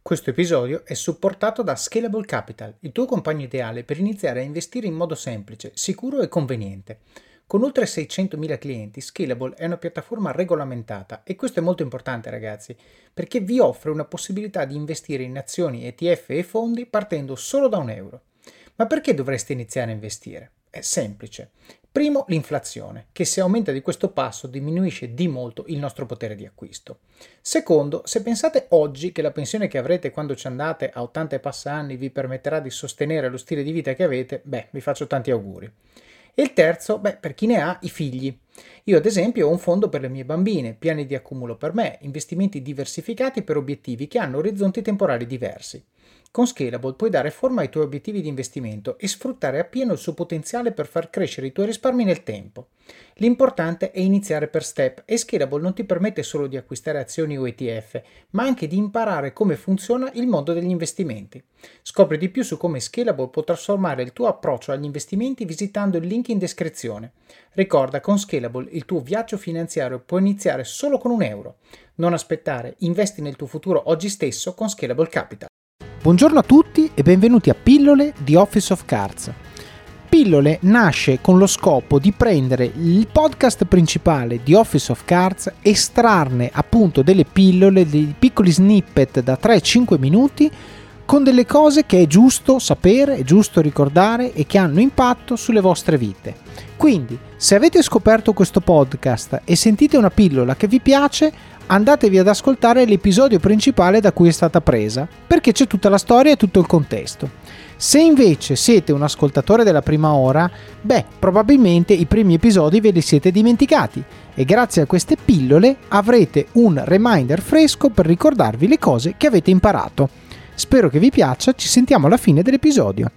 Questo episodio è supportato da Scalable Capital, il tuo compagno ideale per iniziare a investire in modo semplice, sicuro e conveniente. Con oltre 600.000 clienti, Scalable è una piattaforma regolamentata e questo è molto importante, ragazzi, perché vi offre una possibilità di investire in azioni, ETF e fondi partendo solo da €1. Ma perché dovreste iniziare a investire? È semplice. Primo, l'inflazione, che se aumenta di questo passo diminuisce di molto il nostro potere di acquisto. Secondo, se pensate oggi che la pensione che avrete quando ci andate a 80 e passa anni vi permetterà di sostenere lo stile di vita che avete, vi faccio tanti auguri. E il terzo, per chi ne ha, i figli. Io ad esempio ho un fondo per le mie bambine, piani di accumulo per me, investimenti diversificati per obiettivi che hanno orizzonti temporali diversi. Con Scalable puoi dare forma ai tuoi obiettivi di investimento e sfruttare appieno il suo potenziale per far crescere i tuoi risparmi nel tempo. L'importante è iniziare per step e Scalable non ti permette solo di acquistare azioni o ETF, ma anche di imparare come funziona il mondo degli investimenti. Scopri di più su come Scalable può trasformare il tuo approccio agli investimenti visitando il link in descrizione. Ricorda, con Scalable il tuo viaggio finanziario può iniziare solo con €1. Non aspettare, investi nel tuo futuro oggi stesso con Scalable Capital. Buongiorno a tutti e benvenuti a Pillole di Office of Cards. Pillole nasce con lo scopo di prendere il podcast principale di Office of Cards, estrarne appunto delle pillole, dei piccoli snippet da 3-5 minuti con delle cose che è giusto sapere, è giusto ricordare e che hanno impatto sulle vostre vite. Quindi, se avete scoperto questo podcast e sentite una pillola che vi piace, andatevi ad ascoltare l'episodio principale da cui è stata presa, perché c'è tutta la storia e tutto il contesto. Se invece siete un ascoltatore della prima ora, probabilmente i primi episodi ve li siete dimenticati e grazie a queste pillole avrete un reminder fresco per ricordarvi le cose che avete imparato. Spero che vi piaccia, ci sentiamo alla fine dell'episodio.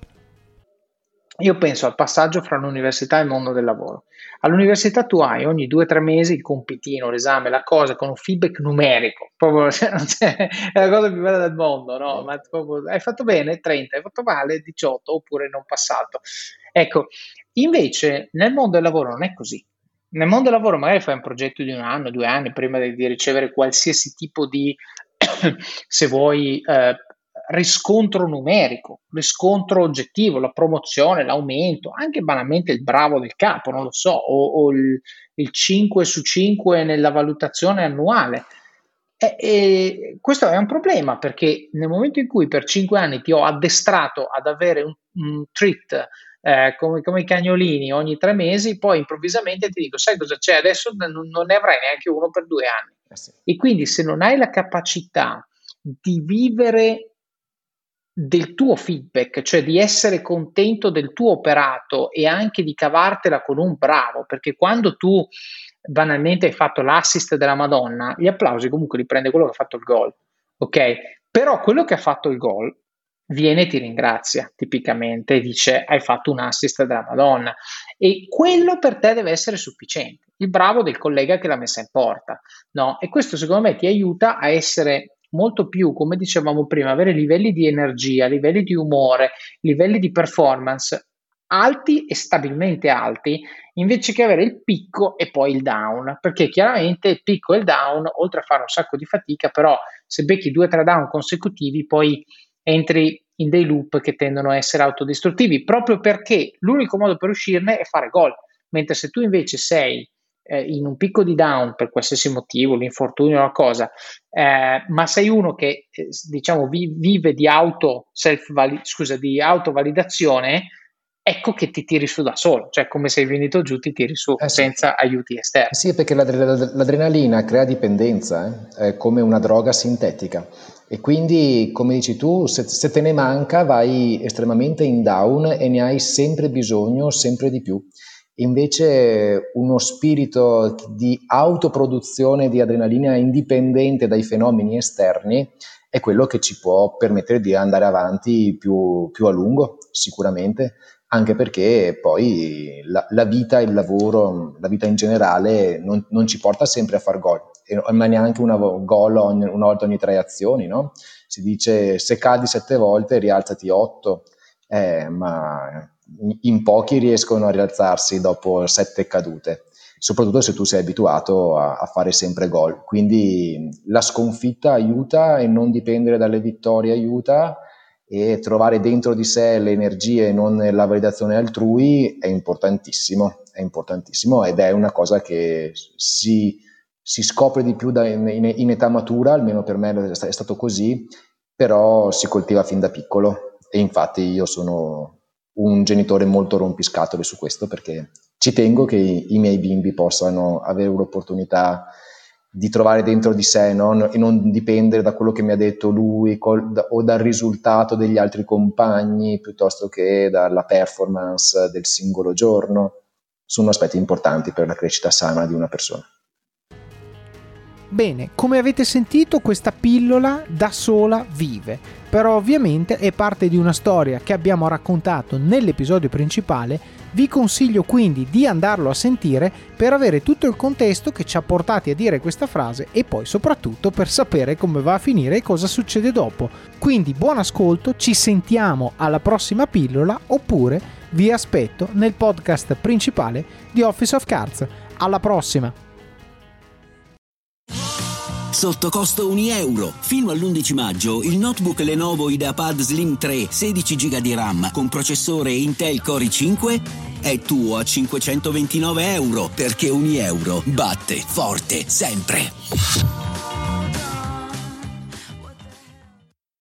Io penso al passaggio fra l'università e il mondo del lavoro. All'università tu hai ogni 2 o 3 mesi il compitino, l'esame, la cosa con un feedback numerico, proprio, è la cosa più bella del mondo, no? Ma proprio, hai fatto bene 30, hai fatto male 18 oppure non passato. Ecco, invece nel mondo del lavoro non è così. Nel mondo del lavoro magari fai un progetto di 1 anno, 2 anni prima di ricevere qualsiasi tipo di, se vuoi, riscontro numerico, riscontro oggettivo, la promozione, l'aumento, anche banalmente il bravo del capo, non lo so, o il 5 su 5 nella valutazione annuale. E questo è un problema perché nel momento in cui per 5 anni ti ho addestrato ad avere un treat come i cagnolini ogni 3 mesi, poi improvvisamente ti dico, sai cosa c'è? Adesso non ne avrai neanche uno per 2 anni. Sì. E quindi se non hai la capacità di vivere del tuo feedback, cioè di essere contento del tuo operato e anche di cavartela con un bravo, perché quando tu banalmente hai fatto l'assist della Madonna, gli applausi comunque li prende quello che ha fatto il gol, ok? Però quello che ha fatto il gol viene e ti ringrazia tipicamente e dice hai fatto un assist della Madonna e quello per te deve essere sufficiente, il bravo del collega che l'ha messa in porta, no? E questo secondo me ti aiuta a essere molto più, come dicevamo prima, avere livelli di energia, livelli di umore, livelli di performance alti e stabilmente alti, invece che avere il picco e poi il down, perché chiaramente il picco e il down, oltre a fare un sacco di fatica, però se becchi 2 o 3 down consecutivi, poi entri in dei loop che tendono a essere autodistruttivi, proprio perché l'unico modo per uscirne è fare gol, mentre se tu invece sei in un picco di down per qualsiasi motivo, l'infortunio o la cosa, ma sei uno che diciamo vive di di autovalidazione, ecco che ti tiri su da solo, cioè come sei venuto giù ti tiri su senza aiuti esterni. Sì, perché l'adrenalina crea dipendenza, è come una droga sintetica e quindi, come dici tu, se te ne manca vai estremamente in down e ne hai sempre bisogno, sempre di più. Invece uno spirito di autoproduzione di adrenalina indipendente dai fenomeni esterni è quello che ci può permettere di andare avanti più a lungo, sicuramente, anche perché poi la vita, il lavoro, la vita in generale non ci porta sempre a far gol, ma neanche una volta ogni 3 azioni, no? Si dice se cadi 7 volte rialzati 8, ma in pochi riescono a rialzarsi dopo 7 cadute. soprattutto se tu sei abituato a fare sempre gol. Quindi la sconfitta aiuta e non dipendere dalle vittorie aiuta, e trovare dentro di sé le energie e non la validazione altrui è importantissimo ed è una cosa che si scopre di più in età matura, almeno per me è stato così, però si coltiva fin da piccolo, e infatti io sono un genitore molto rompiscatole su questo, perché ci tengo che i miei bimbi possano avere l'opportunità di trovare dentro di sé, no? E non dipendere da quello che mi ha detto lui o dal risultato degli altri compagni, piuttosto che dalla performance del singolo giorno. Sono aspetti importanti per la crescita sana di una persona. Bene, come avete sentito, questa pillola da sola vive, però ovviamente è parte di una storia che abbiamo raccontato nell'episodio principale. Vi consiglio quindi di andarlo a sentire per avere tutto il contesto che ci ha portati a dire questa frase, e poi soprattutto per sapere come va a finire e cosa succede dopo. Quindi buon ascolto, ci sentiamo alla prossima pillola, oppure vi aspetto nel podcast principale di Office of Cards. Alla prossima! Sotto costo €1. Fino all'11 maggio il notebook Lenovo IdeaPad Slim 3 16 GB di RAM con processore Intel Core i5 è tuo a €529, perché €1 batte forte sempre.